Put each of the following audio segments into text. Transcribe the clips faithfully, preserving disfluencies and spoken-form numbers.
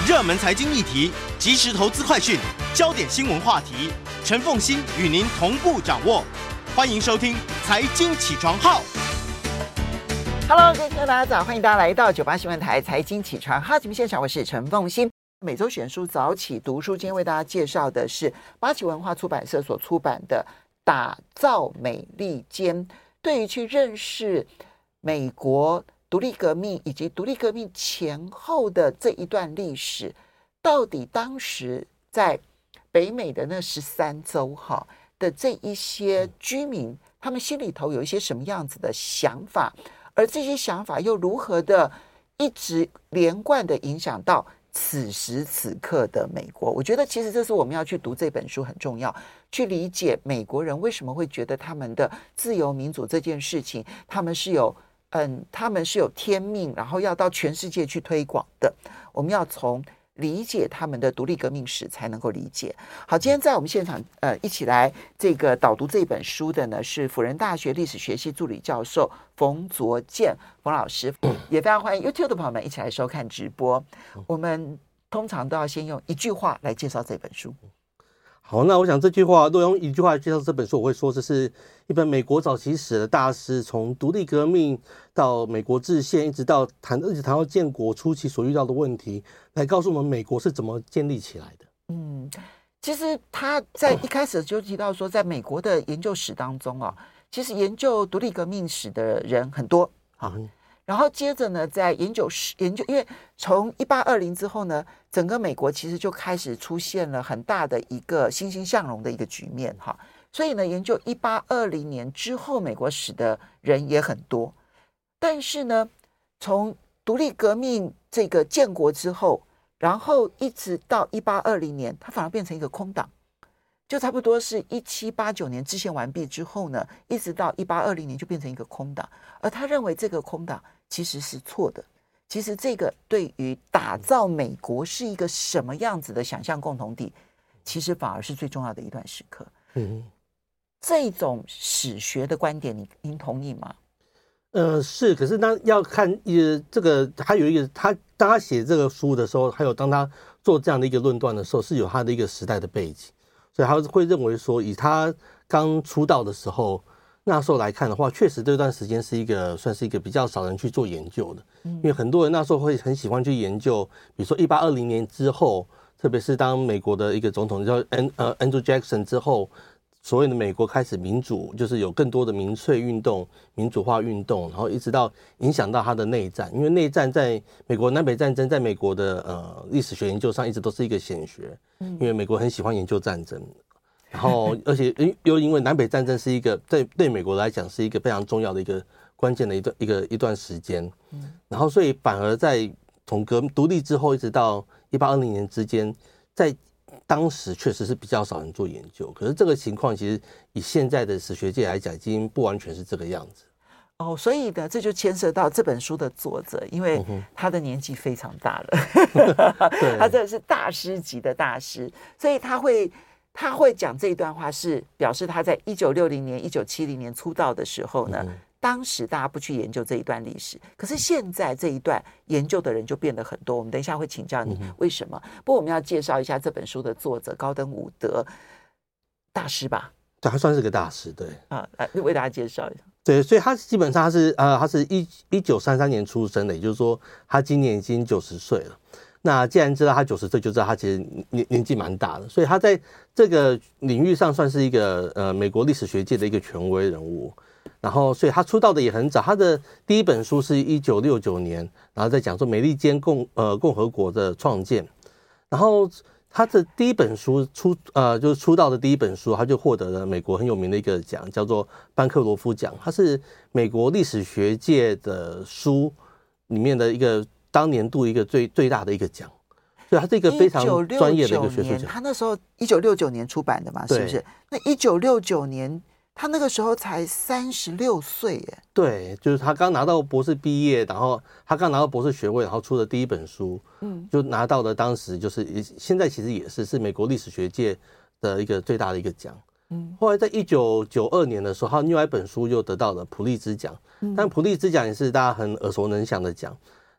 热门财经议题、即时投资快讯、焦点新闻话题，陈凤馨与您同步掌握。欢迎收听《财经起床号》。 Hello， 各位听众大家早，欢迎大家来到九八新闻台财经起床号节目现场，我是陈凤馨。每周选书早起读书，今天为大家介绍的是八旗文化出版社所出版的《打造美利坚》，对于去认识美国独立革命以及独立革命前后的这一段历史，到底当时在北美的那十三州哈的这一些居民，他们心里头有一些什么样子的想法，而这些想法又如何的一直连贯的影响到此时此刻的美国。我觉得其实这是我们要去读这本书很重要，去理解美国人为什么会觉得他们的自由民主这件事情，他们是有嗯，他们是有天命，然后要到全世界去推广的。我们要从理解他们的独立革命史才能够理解。好，今天在我们现场呃一起来这个导读这本书的呢是辅仁大学历史学系助理教授冯卓建冯老师，也非常欢迎 YouTube 的朋友们一起来收看直播。我们通常都要先用一句话来介绍这本书。 好，那我想这句话，如果用一句话来介绍这本书，我会说这是一本美国早期史的大师，从独立革命到美国制宪，一直到谈一直谈到建国初期所遇到的问题，来告诉我们美国是怎么建立起来的。 嗯，其实他在一开始就提到说，在美国的研究史当中啊，其实研究独立革命史的人很多啊。嗯，然后接着呢，在研究研究，因为从一八二零之后呢，整个美国其实就开始出现了很大的一个欣欣向荣的一个局面哈，所以呢，研究一八二零年之后美国史的人也很多，但是呢，从独立革命这个建国之后，然后一直到一八二零年，它反而变成一个空档。就差不多是一七八九年制宪完毕之后呢，一直到一八二零年就变成一个空档，而他认为这个空档其实是错的。其实这个对于打造美国是一个什么样子的想象共同体，其实反而是最重要的一段时刻。嗯，这种史学的观点，你您同意吗？ 呃，是，可是那要看呃这个，还有一个他当他写这个书的时候，还有当他做这样的一个论断的时候，是有他的一个时代的背景。所以他会认为说，以他刚出道的时候，那时候来看的话，确实这段时间是一个算是一个比较少人去做研究的，因为很多人那时候会很喜欢去研究，比如说一八二零年之后，特别是当美国的一个总统叫安呃 Andrew Jackson 之后，所谓的美国开始民主，就是有更多的民粹运动、民主化运动，然后一直到影响到他的内战，因为内战在美国南北战争在美国的呃历史学研究上一直都是一个显学，因为美国很喜欢研究战争，然后而且又因为南北战争是一个在对美国来讲是一个非常重要的一个关键的一段一个一段时间，然后所以反而在从革独立之后一直到一八二零年之间，在当时确实是比较少人做研究，可是这个情况其实以现在的史学界来讲，已经不完全是这个样子。 哦，所以呢，这就牵涉到这本书的作者，因为他的年纪非常大了，他真的是大师级的大师，所以他会他会讲这一段话，是表示他在一九六零年、一九七零年出道的时候呢。嗯，当时大家不去研究这一段历史，可是现在这一段研究的人就变得很多。我们等一下会请教你为什么。不过我们要介绍一下这本书的作者高登伍德大师吧？ 对，他算是个大师，对啊，来为大家介绍一下。 对，所以他基本上他是呃，他是一一九三三年出生的，也就是说他今年已经九十岁了。那既然知道他九十岁，就知道他其实年年纪蛮大的，所以他在这个领域上算是一个呃美国历史学界的一个权威人物。然后，所以他出道的也很早。他的第一本书是一九六九年，然后在讲说美利坚共呃共和国的创建。然后他的第一本书出呃就是出道的第一本书，他就获得了美国很有名的一个奖，叫做班克罗夫奖。它是美国历史学界的书里面的一个当年度一个最最大的一个奖。所以它是一个非常专业的一个学术奖。 他那时候一九六九年出版的嘛，是不是？那一九六九年。他那个时候才三十六岁耶。 对，就是他刚拿到博士毕业，然后他刚拿到博士学位，然后出的第一本书，嗯，就拿到了当时就是现在其实也是是美国历史学界的一个最大的一个奖。嗯，后来在一九九二年的时候，他另外一本书又得到了普利兹奖，嗯，但普利兹奖也是大家很耳熟能详的奖。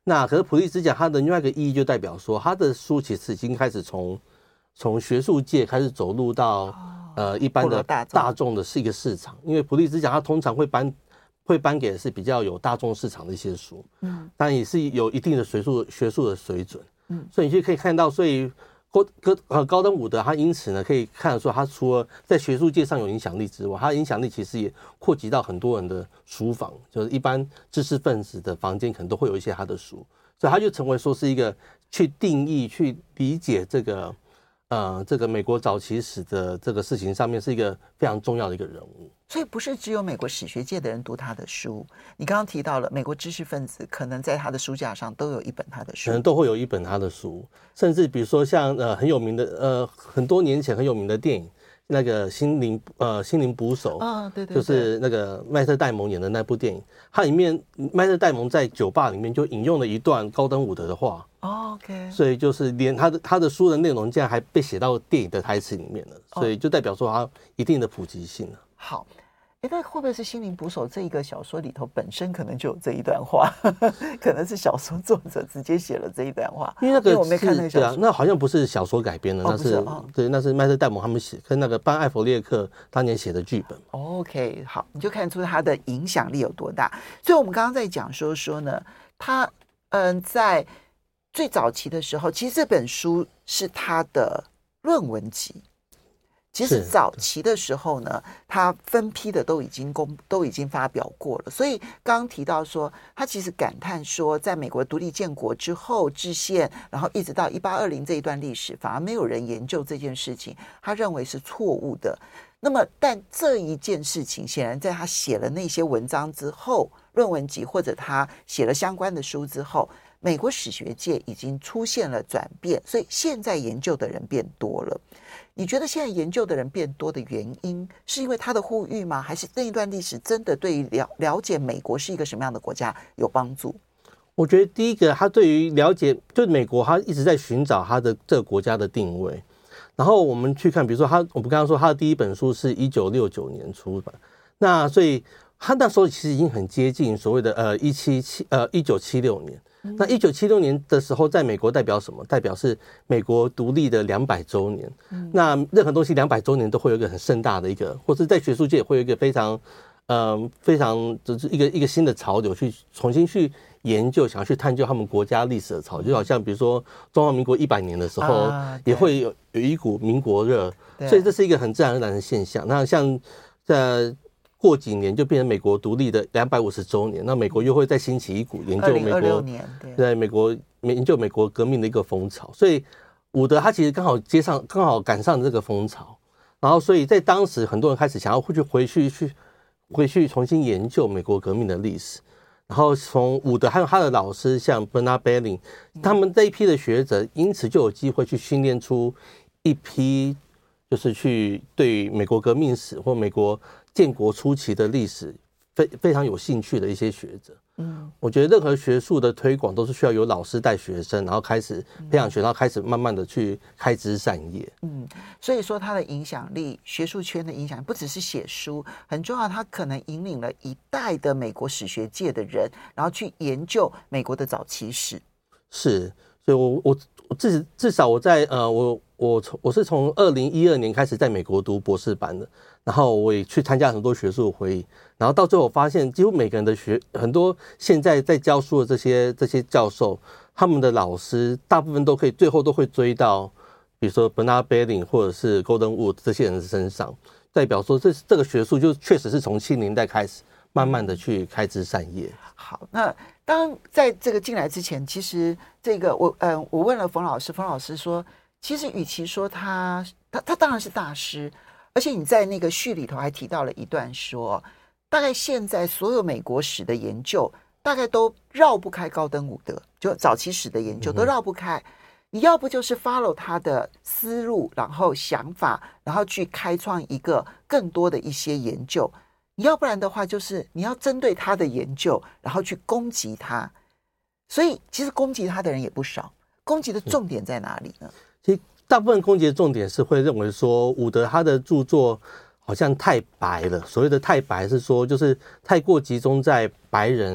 那可是普利兹奖它的另外一个意义就代表说，他的书其实已经开始从从学术界开始走入到、哦、呃一般的大众的是一个市场，因为普利兹奖它通常会颁会颁给的是比较有大众市场的一些书，嗯，但也是有一定的学术学术的水准，嗯，所以你就可以看到，所以高高呃高登伍德他因此呢可以看得出，他除了在学术界上有影响力之外，他的影响力其实也扩及到很多人的书房，就是一般知识分子的房间可能都会有一些他的书，所以他就成为说是一个去定义、去理解这个呃这个美国早期史的这个事情上面是一个非常重要的一个人物。 所以不是只有美国史学界的人读他的书，你刚刚提到了美国知识分子可能在他的书架上都有一本他的书， 可能都会有一本他的书，甚至比如说像呃很有名的呃很多年前很有名的电影，那个心灵呃心灵捕手啊、哦，对 对, 对， 就是那个麦特戴蒙演的那部电影，它里面麦特戴蒙在酒吧里面就引用了一段高登伍德的话。 哦 OK， 所以就是连他的他的书的内容竟然还被写到电影的台词里面了，所以就代表说他一定的普及性了。 好，哎，那会不会是《心灵捕手》这一个小说里头本身可能就有这一段话？可能是小说作者直接写了这一段话， 因为那个因为我没看那个小说， 啊，那好像不是小说改编的， 哦、 那是、 哦、 对，那是麦特戴蒙他们写跟那个班艾弗列克当年写的剧本。 OK， 好，你就看出他的影响力有多大。所以我们刚刚在讲说说呢，他嗯在最早期的时候，其实这本书是他的论文集。其实早期的时候呢，他分批的都已经公都已经发表过了。所以刚刚提到说，他其实感叹说，在美国独立建国之后制宪，然后一直到一八二零这一段历史，反而没有人研究这件事情，他认为是错误的。那么，但这一件事情显然在他写了那些文章之后，论文集或者他写了相关的书之后，美国史学界已经出现了转变，所以现在研究的人变多了。你觉得现在研究的人变多的原因，是因为他的呼吁吗？还是那一段历史真的对于 了, 了解美国是一个什么样的国家有帮助？ 我觉得第一个，他对于了解，就是美国，他一直在寻找他的这个国家的定位。然后我们去看，比如说他，我们刚刚说他的第一本书是一九六九年出版，那所以他那时候其实已经很接近所谓的呃一七七呃一九七六年。那一九七六年的时候，在美国代表什么？代表是美国独立的两百周年。嗯、那任何东西两百周年都会有一个很盛大的一个，或是在学术界也会有一个非常，呃，非常就是一个一个新的潮流，去重新去研究，想要去探究他们国家历史的潮流。就好像比如说中华民国一百年的时候，啊、也会有有一股民国热，所以这是一个很自然而然的现象。那像在过几年就变成美国独立的两百五十周年，那美国又会再兴起一股研究美国，对美国研究美国革命的一个风潮，所以伍德他其实刚好接上，刚好赶上这个风潮，然后所以在当时很多人开始想要去回去去回去重新研究美国革命的历史，然后从伍德还有他的老师像 Bernard Belling 他们这一批的学者，因此就有机会去训练出一批就是去对美国革命史或美国建国初期的历史非非常有兴趣的一些学者。嗯，我觉得任何学术的推广都是需要有老师带学生，然后开始培养学生，然后开始慢慢的去开枝散叶。 嗯，所以说他的影响力，学术圈的影响力不只是写书，很重要，他可能引领了一代的美国史学界的人，然后去研究美国的早期史。 是，所以我我我至至少我在呃我我从我是从二零一二年开始在美国读博士班的，然后我也去参加很多学术会议，然后到最后我发现，几乎每个人的学很多现在在教书的这些这些教授，他们的老师大部分都可以最后都会追到，比如说 Bernard Belling 或者是 Gordon Wood 这些人的身上，代表说这这个学术就确实是从七零年代开始慢慢的去开枝散叶。 好，那当在这个进来之前，其实这个我嗯、呃、我问了冯老师，冯老师说，其实与其说他他他当然是大师，而且你在那个序里头还提到了一段说，大概现在所有美国史的研究大概都绕不开高登伍德，就早期史的研究都绕不开。嗯，你要不就是 follow 他的思路，然后想法，然后去开创一个更多的一些研究，你要不然的话就是你要针对他的研究，然后去攻击他。所以其实攻击他的人也不少，攻击的重点在哪里呢？ 其实大部分攻击的重点是会认为说伍德他的著作好像太白了，所谓的太白是说就是太过集中在白人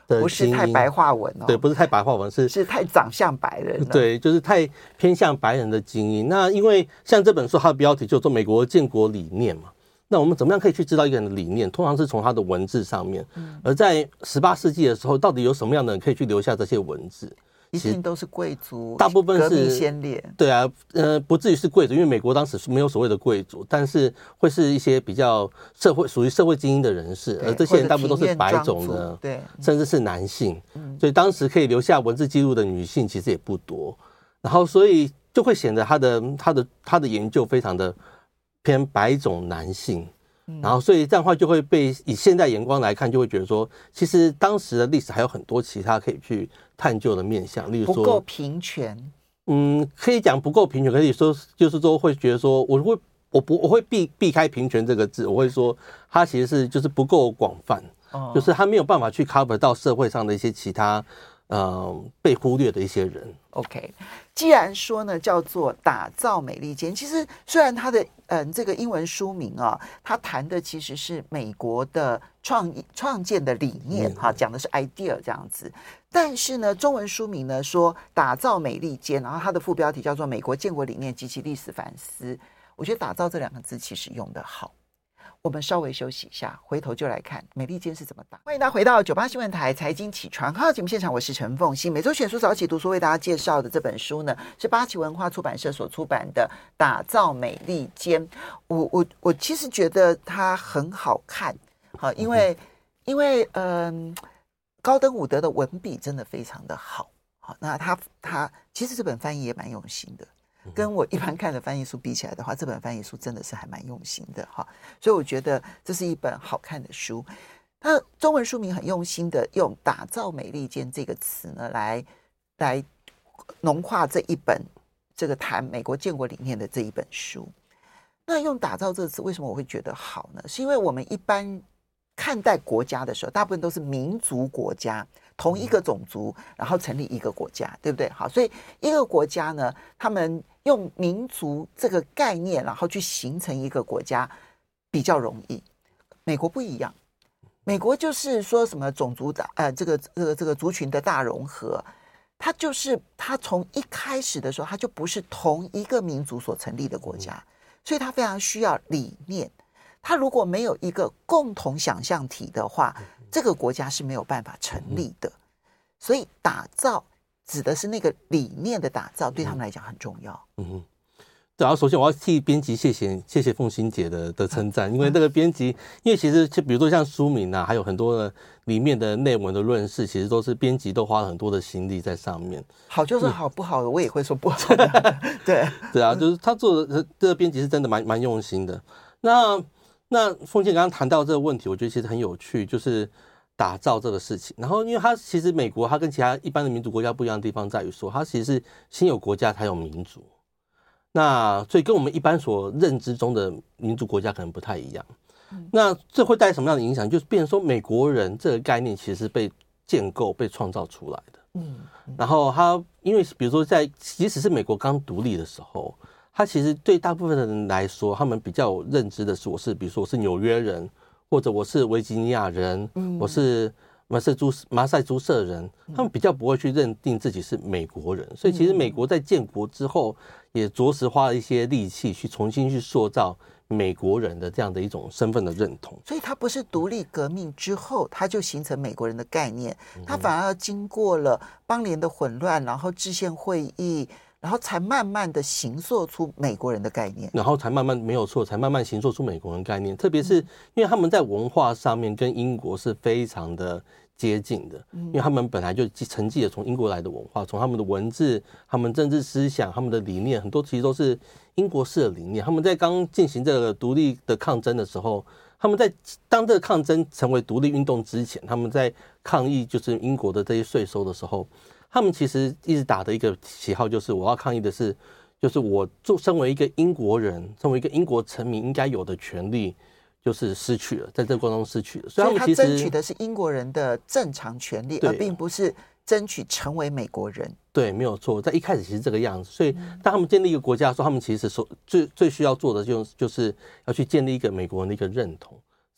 不是太白话文哦， 对，不是太白话文，是是太长相白人了， 对，就是太偏向白人的精英。那因为像这本书它的标题就做美国建国理念嘛，那我们怎么样可以去知道一个人的理念？通常是从他的文字上面，嗯、而在十八世纪的时候，到底有什么样的人可以去留下这些文字？ 一定都是贵族， 大部分是革命先烈。 对啊，呃，不至于是贵族，因为美国当时是没有所谓的贵族，但是会是一些比较社会属于社会精英的人士，而这些人大部分都是白种的， 对， 甚至是男性， 嗯， 所以当时可以留下文字记录的女性其实也不多，然后所以就会显得他的他的他的研究非常的偏白种男性。然后，所以这样的话就会被以现代眼光来看，就会觉得说，其实当时的历史还有很多其他可以去探究的面向，例如说不够平权， 嗯，可以讲不够平权，可以说就是说会觉得说，我会我不我会避避开平权这个字，我会说它其实是就是不够广泛，哦、就是它没有办法去 cover 到社会上的一些其他呃被忽略的一些人。 OK， 既然说呢叫做打造美利坚，其实虽然它的嗯这个英文书名啊，它谈的其实是美国的创创建的理念哈、嗯，讲的是 idea 这样子，但是呢中文书名呢说打造美利坚，然后它的副标题叫做美国建国理念及其历史反思，我觉得打造这两个字其实用得好。我们稍微休息一下，回头就来看美利坚是怎么打。欢迎大家回到九八新闻台财经起床号节目现场，我是陈凤馨。每周选书早起读书为大家介绍的这本书呢，是八旗文化出版社所出版的《打造美利坚》。我我我其实觉得它很好看，好，因为因为嗯、呃，高登伍德的文笔真的非常的好。好，那他他其实这本翻译也蛮用心的。跟我一般看的翻译书比起来的话，这本翻译书真的是还蛮用心的哈，所以我觉得这是一本好看的书。它中文书名很用心的用“打造美利坚”这个词呢，来来浓化这一本这个谈美国建国理念的这一本书。那用“打造”这个词，为什么我会觉得好呢？是因为我们一般看待国家的时候，大部分都是民族国家。同一个种族，然后成立一个国家，对不对？好，所以一个国家呢，他们用民族这个概念，然后去形成一个国家比较容易。美国不一样，美国就是说什么种族的呃，这个这个这个族群的大融合，它就是它从一开始的时候，它就不是同一个民族所成立的国家，所以它非常需要理念。它如果没有一个共同想象体的话，这个国家是没有办法成立的。所以打造指的是那个理念的打造，对他们来讲很重要。嗯哼， 然后首先我要替编辑谢谢谢谢凤馨姐的的称赞，因为这个编辑，因为其实就比如说像书名啊，还有很多的里面的内文的论述，其实都是编辑都花了很多的心力在上面。 好就是好，不好的我也会说不好的。对对啊，就是他做的这个编辑是真的蛮蛮用心的。那那凤馨刚刚谈到这个问题，我觉得其实很有趣，就是打造这个事情。然后因为它其实美国它跟其他一般的民主国家不一样的地方在于说，它其实是先有国家才有民主。那所以跟我们一般所认知中的民主国家可能不太一样。嗯、那这会带来什么样的影响？就是变成说美国人这个概念其实是被建构、被创造出来的。嗯，然后它因为比如说在即使是美国刚独立的时候，他其实对大部分的人来说，他们比较有认知的是，我是比如说我是纽约人，或者我是维吉尼亚人，嗯、我是马赛诸马赛诸塞人，他们比较不会去认定自己是美国人。所以其实美国在建国之后，也着实花了一些力气去重新去塑造美国人的这样的一种身份的认同。 所以它不是独立革命之后，它就形成美国人的概念，它反而经过了邦联的混乱，然后制宪会议。然后才慢慢的形塑出美国人的概念， 然后才慢慢没有错，才慢慢形塑出美国人概念。特别是因为他们在文化上面跟英国是非常的接近的，因为他们本来就承继了从英国来的文化，从他们的文字、他们政治思想、他们的理念，很多其实都是英国式的理念。他们在刚进行这个独立的抗争的时候，他们在当这个抗争成为独立运动之前，他们在抗议就是英国的这些税收的时候。他们其实一直打的一个旗号就是我要抗议的是，就是我做身为一个英国人，身为一个英国臣民应该有的权利，就是失去了，在这个过程中失去了。 所以他们其实争取的是英国人的正常权利，而并不是争取成为美国人。 对，没有错，在一开始其实这个样子。所以当他们建立一个国家的时候，他们其实所最最需要做的就就是要去建立一个美国人的一个认同。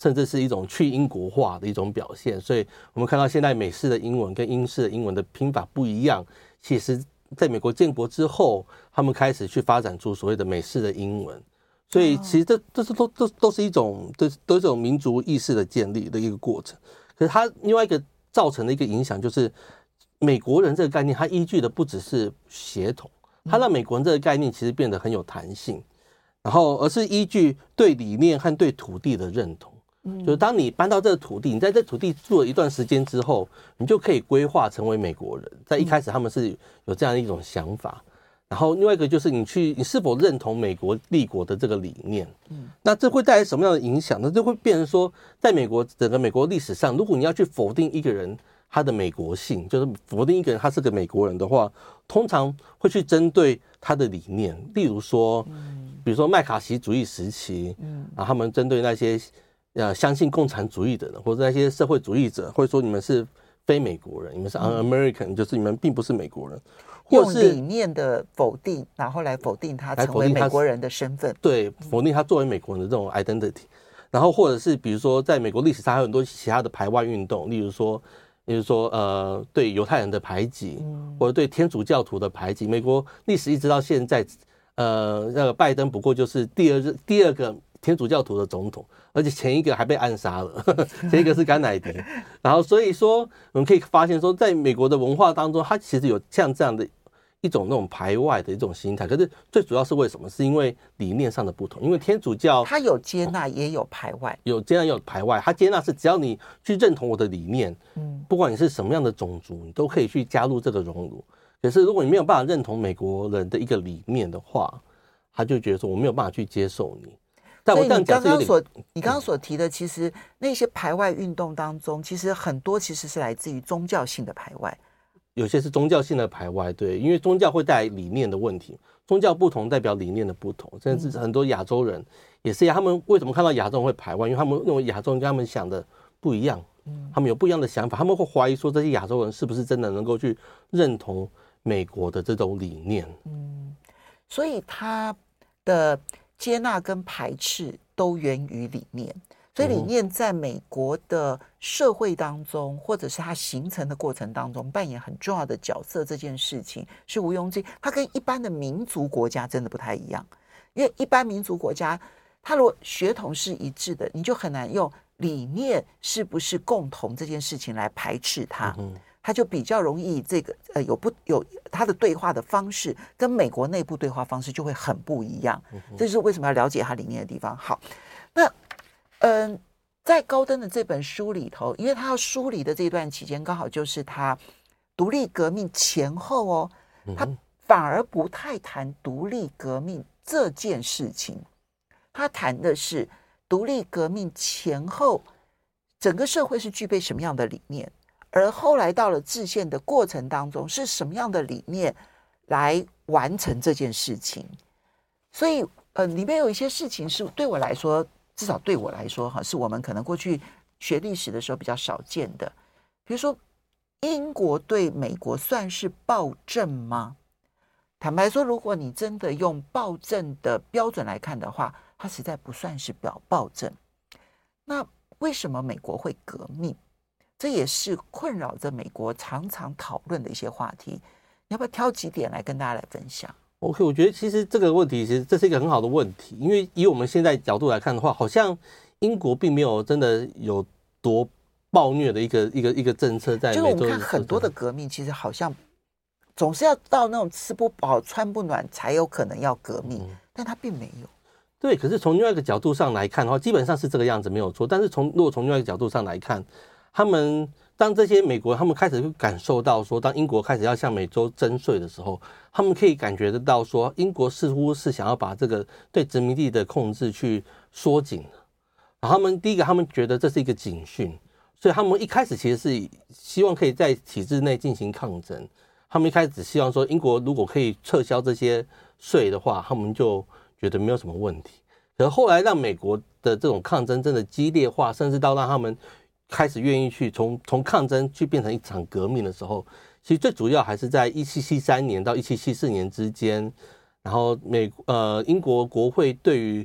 甚至是一种去英国化的一种表现。所以我们看到现在美式的英文跟英式的英文的拼法不一样，其实在美国建国之后，他们开始去发展出所谓的美式的英文。所以其实这这是都都都是一种都都是一种民族意识的建立的一个过程。可是它另外一个造成的一个影响就是，美国人这个概念，它依据的不只是血统，它让美国人这个概念其实变得很有弹性，然后而是依据对理念和对土地的认同。就是当你搬到这个土地，你在这土地住了一段时间之后，你就可以规划成为美国人。在一开始他们是有这样的一种想法。然后另外一个就是你去，你是否认同美国立国的这个理念？嗯，那这会带来什么样的影响呢？这会变成说，在美国整个美国历史上，如果你要去否定一个人他的美国性，就是否定一个人他是个美国人的话，通常会去针对他的理念。例如说，比如说麦卡锡主义时期，嗯，然后他们针对那些呃相信共产主义的人，或者那些社会主义者，会说你们是非美国人，你们是 un-American， 就是你们并不是美国人。 用理念的否定，然后来否定他成为美国人的身份， 对，否定他作为美国人的这种 identity。然后或者是比如说，在美国历史上还有很多其他的排外运动，例如说，例如说，呃，对犹太人的排挤，或者对天主教徒的排挤。美国历史一直到现在，呃，那个拜登不过就是第二第二个天主教徒的总统，而且前一个还被暗杀了，前一个是甘乃迪。然后所以说，我们可以发现说，在美国的文化当中，它其实有像这样的一种那种排外的一种心态。可是最主要是为什么？是因为理念上的不同。因为天主教它有接纳，也有排外， 有接纳也有排外。它接纳是只要你去认同我的理念，嗯，不管你是什么样的种族，你都可以去加入这个熔炉。可是如果你没有办法认同美国人的一个理念的话，他就觉得说我没有办法去接受你。但我这样讲是有点， 所以你刚刚所你刚刚所提的，其实那些排外运动当中，其实很多其实是来自于宗教性的排外。 有些是宗教性的排外，对，因为宗教会带来理念的问题，宗教不同代表理念的不同，甚至很多亚洲人也是一样。他们为什么看到亚洲人会排外？因为他们认为亚洲人跟他们想的不一样，他们有不一样的想法，他们会怀疑说这些亚洲人是不是真的能够去认同美国的这种理念。 嗯，所以他的接纳跟排斥都源于理念。所以理念在美国的社会当中，或者是它形成的过程当中，扮演很重要的角色。这件事情是毋庸置疑，它跟一般的民族国家真的不太一样。因为一般民族国家，它如果血统是一致的，你就很难用理念是不是共同这件事情来排斥它。它就比较容易这个呃有不有它的对话的方式跟美国内部对话方式就会很不一样。这就是为什么要了解它理念的地方。好，那。嗯，在高登的这本书里头，因为他要梳理的这段期间，刚好就是他独立革命前后哦，他反而不太谈独立革命这件事情，他谈的是独立革命前后整个社会是具备什么样的理念，而后来到了制宪的过程当中是什么样的理念来完成这件事情。所以，呃，里面有一些事情是对我来说。至少对我来说哈，是我们可能过去学历史的时候比较少见的。比如说，英国对美国算是暴政吗？坦白说，如果你真的用暴政的标准来看的话，它实在不算是表暴政。那为什么美国会革命？这也是困扰着美国常常讨论的一些话题。你要不要挑几点来跟大家来分享 ？OK， 我觉得其实这个问题，其实这是一个很好的问题，因为以我们现在角度来看的话，好像英国并没有真的有多暴虐的一个一个一个政策在美洲。 就是我们看很多的革命，其实好像总是要到那种吃不饱穿不暖才有可能要革命，嗯、但他并没有。 对，可是从另外一个角度上来看的话，基本上是这个样子没有错。但是从如果从另外一个角度上来看，他们。当这些美国他们开始感受到说，当英国开始要向美洲征税的时候，他们可以感觉得到说，英国似乎是想要把这个对殖民地的控制去缩紧。然后他们第一个，他们觉得这是一个警讯，所以他们一开始其实是希望可以在体制内进行抗争。他们一开始只希望说，英国如果可以撤销这些税的话，他们就觉得没有什么问题。可是后来让美国的这种抗争真的激烈化，甚至到让他们开始愿意去从从抗争去变成一场革命的时候，其实最主要还是在一七七三年到一七七四年之间，然后美呃英国国会对于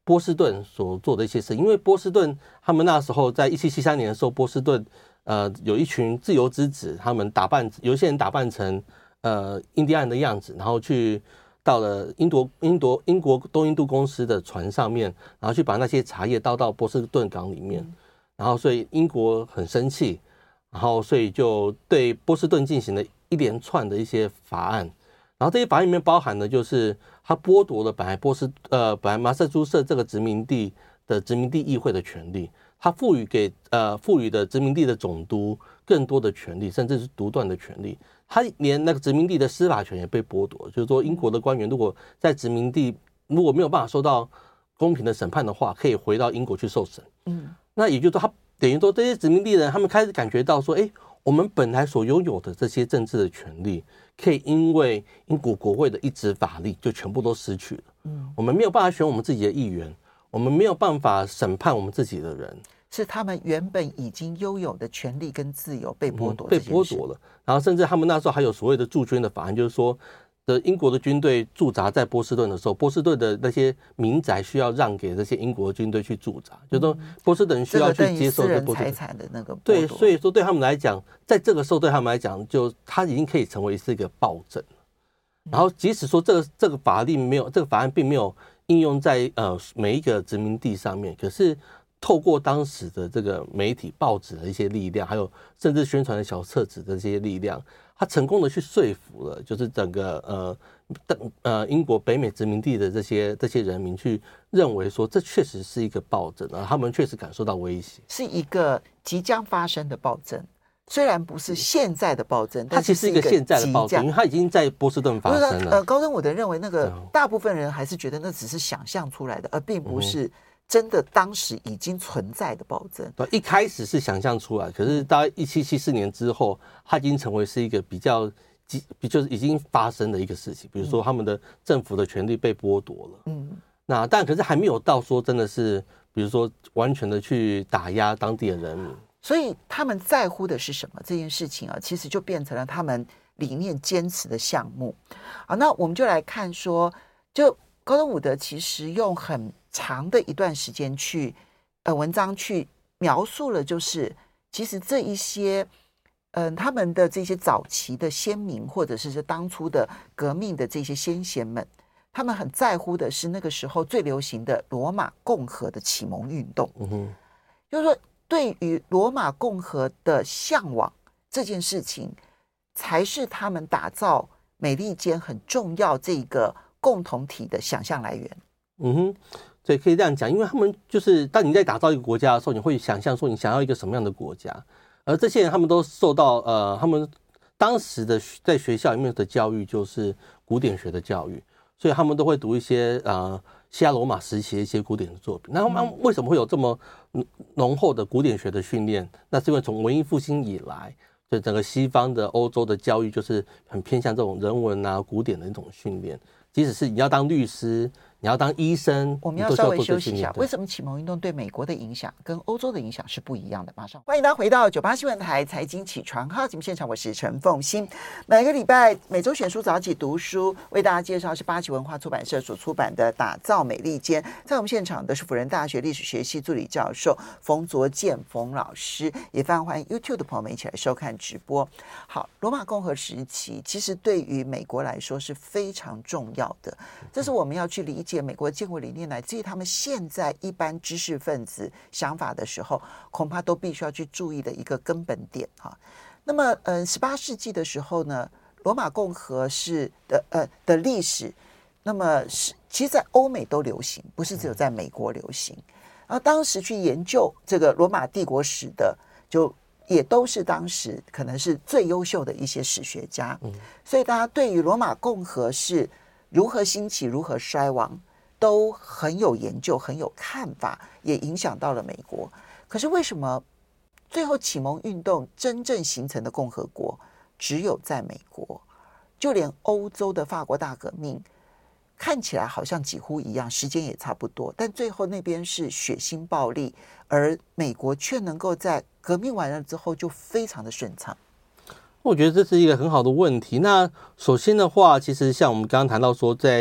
波士顿所做的一些事，因为波士顿他们那时候在一七七三年的时候，波士顿呃有一群自由之子，他们打扮有一些人打扮成呃印第安人的样子，然后去到了英国英国英国东印度公司的船上面，然后去把那些茶叶倒到波士顿港里面，嗯、然后所以英国很生气，然后所以就对波士顿进行了一连串的一些法案。然后这些法案里面包含的就是他剥夺了本来波斯呃本来麻瑟诸塞这个殖民地的殖民地议会的权利，他赋予给呃赋予的殖民地的总督更多的权利，甚至是独断的权利。他连那个殖民地的司法权也被剥夺，就是说英国的官员如果在殖民地如果没有办法受到公平的审判的话，可以回到英国去受审。嗯，那也就是说，他等于说这些殖民地人他们开始感觉到说，哎，我们本来所拥有的这些政治的权利，可以因为英国国会的一纸法令就全部都失去了。嗯，我们没有办法选我们自己的议员，我们没有办法审判我们自己的人， 是他们原本已经拥有的权利跟自由被剥夺、嗯， 被剥夺了。然后甚至他们那时候还有所谓的驻军的法案，就是说的英国的军队驻扎在波士顿的时候，波士顿的那些民宅需要让给这些英国军队去驻扎，嗯、就是说波士顿人需要去接受这个财产的那个剥夺。 对，所以说对他们来讲，在这个时候对他们来讲，就他已经可以成为是一个暴政。然后即使说这个这个法令没有，这个法案并没有应用在呃每一个殖民地上面，可是透过当时的这个媒体、报纸的一些力量，还有甚至宣传的小册子的这些力量，他成功的去说服了，就是整个呃呃英国北美殖民地的这些这些人民，去认为说这确实是一个暴政，然后他们确实感受到威胁， 是一个即将发生的暴政。虽然不是现在的暴政， 它其实是一个现在的暴政，因为它已经在波士顿发生了。 呃，高登伍德认为，那个大部分人还是觉得那只是想象出来的，而并不是真的当时已经存在的暴政。 对，一开始是想象出来，可是到一七七四年之后，它已经成为是一个比较就是已经发生的一个事情。比如说，他们的政府的权利被剥夺了，嗯，那但可是还没有到说真的是，比如说完全的去打压当地的人民。 所以他们在乎的是什么？这件事情啊，其实就变成了他们理念坚持的项目。好，那我们就来看说，就高登伍德其实用很长的一段时间去呃文章去描述了，就是其实这一些嗯、呃、他们的这些早期的先民，或者是当初的革命的这些先贤们，他们很在乎的是那个时候最流行的罗马共和的启蒙运动。嗯哼，就是说，对于罗马共和的向往这件事情，才是他们打造美利坚很重要这个共同体的想象来源。 嗯哼，所以可以这样讲，因为他们就是当你在打造一个国家的时候，你会想象说你想要一个什么样的国家，而这些人他们都受到呃，他们当时的在学校里面的教育就是古典学的教育，所以他们都会读一些呃希腊罗马时期的一些古典的作品。那他们为什么会有这么浓厚的古典学的训练？那是因为从文艺复兴以来，就整个西方的欧洲的教育就是很偏向这种人文啊、古典的一种训练。即使是你要当律师，你要当医生， 我们要稍微休息一下。为什么启蒙运动对美国的影响跟欧洲的影响是不一样的？马上欢迎大家回到九八新闻台财经起床号节目现场，我是陈凤馨。每个礼拜每周选书早起读书，为大家介绍是八旗文化出版社所出版的《打造美利坚》。在我们现场的是辅仁大学历史学系助理教授冯卓健冯老师，也非常欢迎 YouTube 的朋友们一起来收看直播。好，罗马共和时期其实对于美国来说是非常重要的，这是我们要去理解美国的建国理念，乃至于他们现在一般知识分子想法的时候，恐怕都必须要去注意的一个根本点哈。那么，嗯，十八世纪的时候呢，罗马共和是的呃的历史，那么是其实在欧美都流行，不是只有在美国流行。然后当时去研究这个罗马帝国史的，就也都是当时可能是最优秀的一些史学家，嗯，所以大家对于罗马共和是如何兴起、如何衰亡，都很有研究、很有看法，也影响到了美国。可是为什么最后启蒙运动真正形成的共和国只有在美国？就连欧洲的法国大革命看起来好像几乎一样，时间也差不多，但最后那边是血腥暴力，而美国却能够在革命完了之后就非常的顺畅。我觉得这是一个很好的问题。那首先的话，其实像我们刚刚谈到说，在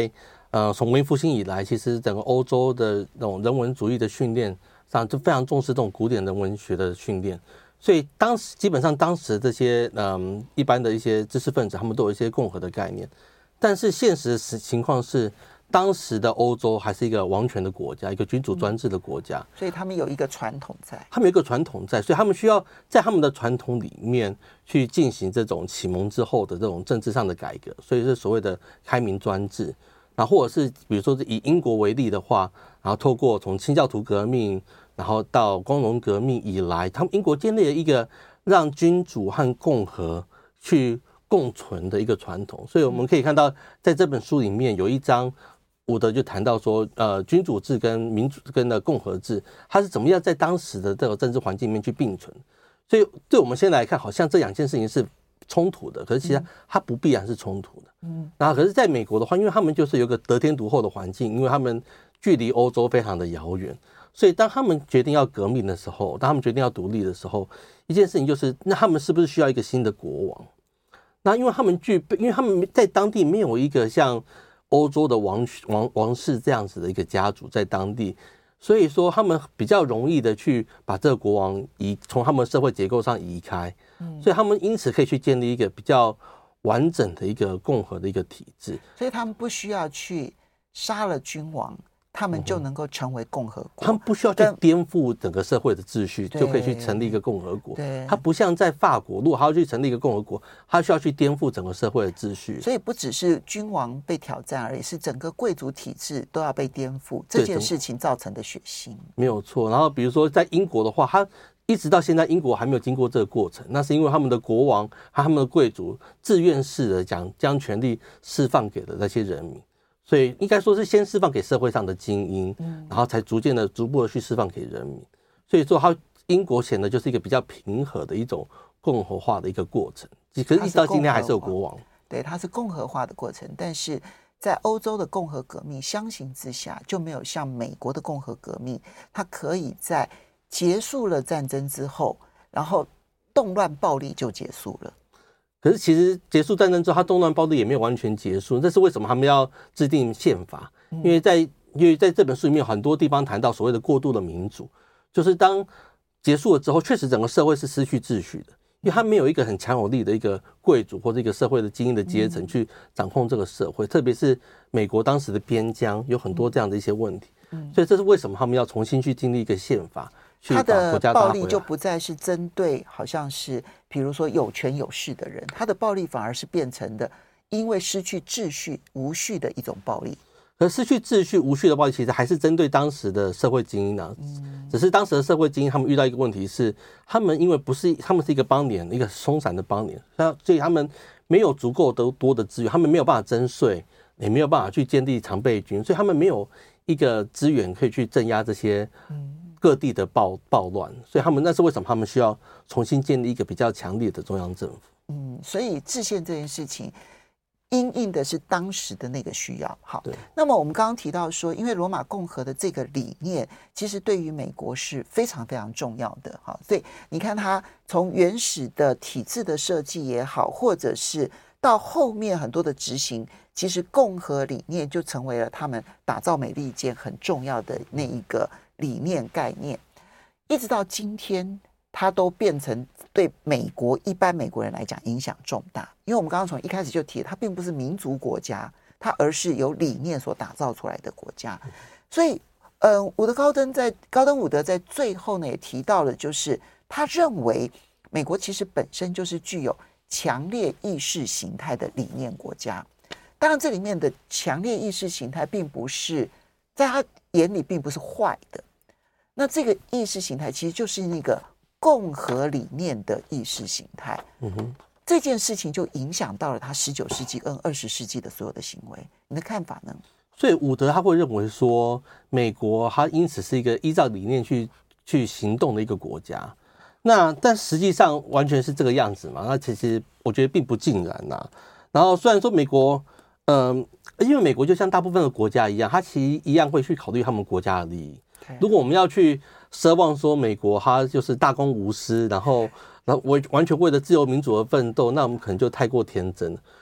呃，从文艺复兴以来，其实整个欧洲的那种人文主义的训练上就非常重视这种古典人文学的训练，所以当时基本上当时这些嗯一般的一些知识分子，他们都有一些共和的概念，但是现实情况是，当时的欧洲还是一个王权的国家，一个君主专制的国家， 所以他们有一个传统在， 他们有一个传统在，所以他们需要在他们的传统里面去进行这种启蒙之后的这种政治上的改革，所以是所谓的开明专制。然后或者是比如说以英国为例的话，然后透过从清教徒革命，然后到光荣革命以来，他们英国建立了一个让君主和共和去共存的一个传统。所以我们可以看到，在这本书里面有一章，伍德就谈到说，呃，君主制跟民主跟的共和制，它是怎么样在当时的这个政治环境里面去并存。所以对我们现在来看，好像这两件事情是冲突的，可是其实它不必然是冲突的。嗯，然后可是在美国的话，因为他们就是有个得天独厚的环境，因为他们距离欧洲非常的遥远，所以当他们决定要革命的时候，当他们决定要独立的时候，一件事情就是，那他们是不是需要一个新的国王？那因为他们具备，因为他们在当地没有一个像欧洲的王王王室这样子的一个家族在当地，所以说他们比较容易的去把这个国王移从他们社会结构上移开，所以他们因此可以去建立一个比较完整的一个共和的一个体制， 所以他们不需要去杀了君王，他们就能够成为共和国。 他们不需要去颠覆整个社会的秩序，就可以去成立一个共和国。 对， 他不像在法国，如果他要去成立一个共和国，他需要去颠覆整个社会的秩序。 所以不只是君王被挑战而已，是整个贵族体制都要被颠覆，这件事情造成的血腥。 没有错。然后比如说在英国的话，他一直到现在，英国还没有经过这个过程，那是因为他们的国王和他们的贵族自愿式的将将权力释放给了那些人民，所以应该说是先释放给社会上的精英，然后才逐渐的、逐步的去释放给人民。所以说，他英国显得就是一个比较平和的一种共和化的一个过程。可是，一直到今天还是有国王。 对，它是共和化的过程，但是在欧洲的共和革命相形之下，就没有像美国的共和革命，它可以在结束了战争之后，然后动乱暴力就结束了。 可是其实结束战争之后，它动乱暴力也没有完全结束，这是为什么他们要制定宪法？因为在因为在这本书里面有很多地方谈到所谓的过渡的民主，就是当结束了之后，确实整个社会是失去秩序的，因为它没有一个很强有力的一个贵族或者一个社会的精英的阶层去掌控这个社会，特别是美国当时的边疆有很多这样的一些问题，所以这是为什么他们要重新去订立一个宪法。 他的暴力就不再是针对好像是比如说有权有势的人，他的暴力反而是变成的因为失去秩序无序的一种暴力。 可失去秩序无序的暴力其实还是针对当时的社会精英啊，嗯、只是当时的社会精英他们遇到一个问题是，他们因为不是他们是一个邦联，一个松散的邦联，所以他们没有足够的多的资源，他们没有办法征税，也没有办法去建立常备军，所以他们没有一个资源可以去镇压这些各地的暴暴乱，所以他们那是为什么他们需要重新建立一个比较强烈的中央政府。 嗯，所以制宪这件事情因应的是当时的那个需要。好，那么我们刚刚提到说，因为罗马共和的这个理念其实对于美国是非常非常重要的。好，所以你看它从原始的体制的设计也好，或者是到后面很多的执行，其实共和理念就成为了他们打造美利坚很重要的那一个理念概念，一直到今天它都变成对美国一般美国人来讲影响重大。因为我们刚刚从一开始就提，它并不是民族国家，它而是由理念所打造出来的国家。所以呃，伍德高登在高登伍德在最后呢也提到了，就是他认为美国其实本身就是具有强烈意识形态的理念国家。当然这里面的强烈意识形态并不是在他眼里并不是坏的，那这个意识形态其实就是那个共和理念的意识形态。嗯哼，这件事情就影响到了他十九世纪跟二十世纪的所有的行为。你的看法呢？ 所以伍德他会认为说，美国它因此是一个依照理念去去行动的一个国家。那但实际上完全是这个样子嘛？那其实我觉得并不尽然呐、啊。然后虽然说美国，嗯、呃，因为美国就像大部分的国家一样，它其实一样会去考虑他们国家的利益。如果我们要去奢望说美国它就是大公无私，然后然后完全为了自由民主而奋斗，那我们可能就太过天真了。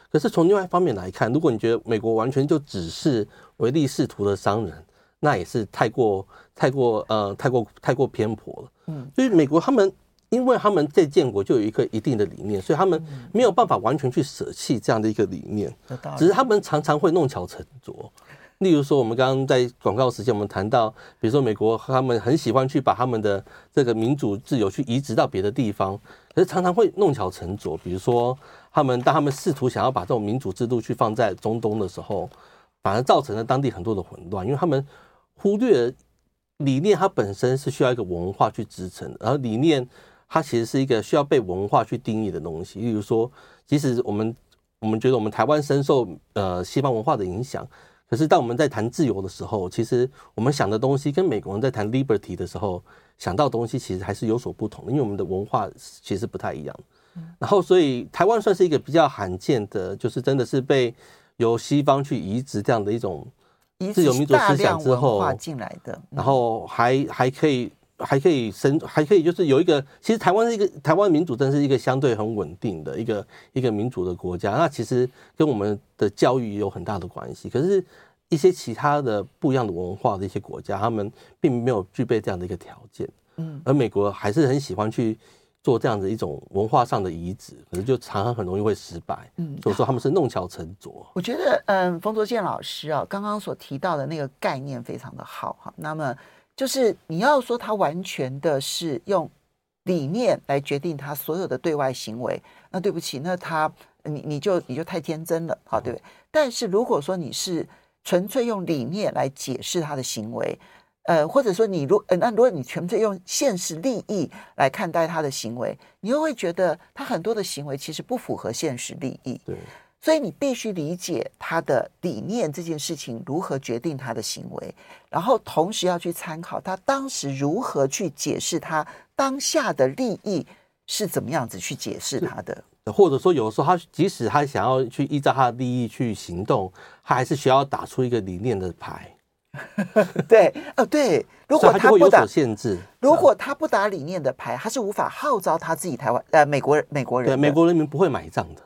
可是从另外一方面来看，如果你觉得美国完全就只是唯利是图的商人，那也是太过太过呃太过太过偏颇了。嗯，所以美国他们因为他们在建国就有一个一定的理念，所以他们没有办法完全去舍弃这样的一个理念，只是他们常常会弄巧成拙。例如说，我们刚刚在广告时间，我们谈到，比如说美国他们很喜欢去把他们的这个民主自由去移植到别的地方，可是常常会弄巧成拙。比如说，他们当他们试图想要把这种民主制度去放在中东的时候，反而造成了当地很多的混乱，因为他们忽略了理念，它本身是需要一个文化去支撑的，而理念它其实是一个需要被文化去定义的东西。例如说，即使我们我们觉得我们台湾深受呃西方文化的影响。可是当我们在谈自由的时候，其实我们想的东西跟美国人在谈 liberty 的时候想到的东西其实还是有所不同的，因为我们的文化其实不太一样。然后所以台湾算是一个比较罕见的，就是真的是被由西方去移植这样的一种自由民主思想之后进来的， 然后还还可以还可以生还可以就是有一个，其实台湾是一个台湾民主真是一个相对很稳定的一个一个民主的国家，那其实跟我们的教育有很大的关系。可是一些其他的不一样的文化的一些国家，他们并没有具备这样的一个条件，嗯，而美国还是很喜欢去做这样的一种文化上的移植，可是就常常很容易会失败，嗯，所以说他们是弄巧成拙。 我觉得，嗯，冯卓健老师啊，刚刚所提到的那个概念非常的好哈。那么就是你要说他完全的是用理念来决定他所有的对外行为，那对不起，那他你你就你就太天真了，好，对不对？但是如果说你是纯粹用理念来解释他的行为，呃，或者说你如呃，那如果你纯粹用现实利益来看待他的行为，你又会觉得他很多的行为其实不符合现实利益。 对， 所以你必须理解他的理念这件事情如何决定他的行为，然后同时要去参考他当时如何去解释他当下的利益是怎么样子去解释他的。 或者说有时候他即使他想要去依照他的利益去行动，他还是需要打出一个理念的牌。 对，哦对，如果他不打，他就会有所限制。 如果他不打理念的牌，他是无法号召他自己台湾呃美国美国人的， 对，美国人民不会买账的。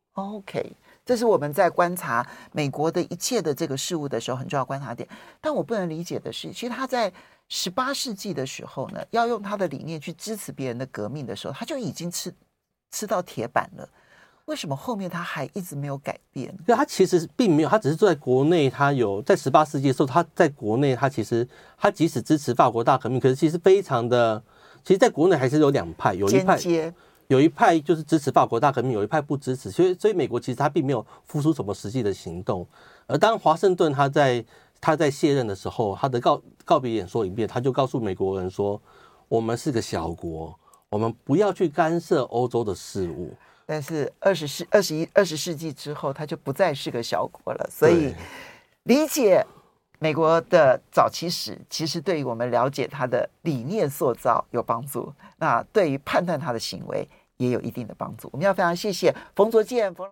OK， 这是我们在观察美国的一切的这个事物的时候很重要的观察点。但我不能理解的是，其实他在十八世纪的时候呢，要用他的理念去支持别人的革命的时候，他就已经吃吃到铁板了。为什么后面他还一直没有改变？ 因为他其实并没有，他只是在国内，他有在十八世纪的时候，他在国内，他其实他即使支持法国大革命，可是其实非常的，其实在国内还是有两派，有一派有一派就是支持法国大革命，有一派不支持，所以所以美国其实他并没有付出什么实际的行动。而当华盛顿他在他在卸任的时候，他的告告别演说一遍，他就告诉美国人说：“我们是个小国，我们不要去干涉欧洲的事务。” 但是二十世二十一二十世纪之后，他就不再是个小国了。所以理解美国的早期史，其实对于我们了解他的理念塑造有帮助，那对于判断他的行为也有一定的帮助。我们要非常谢谢冯卓健冯。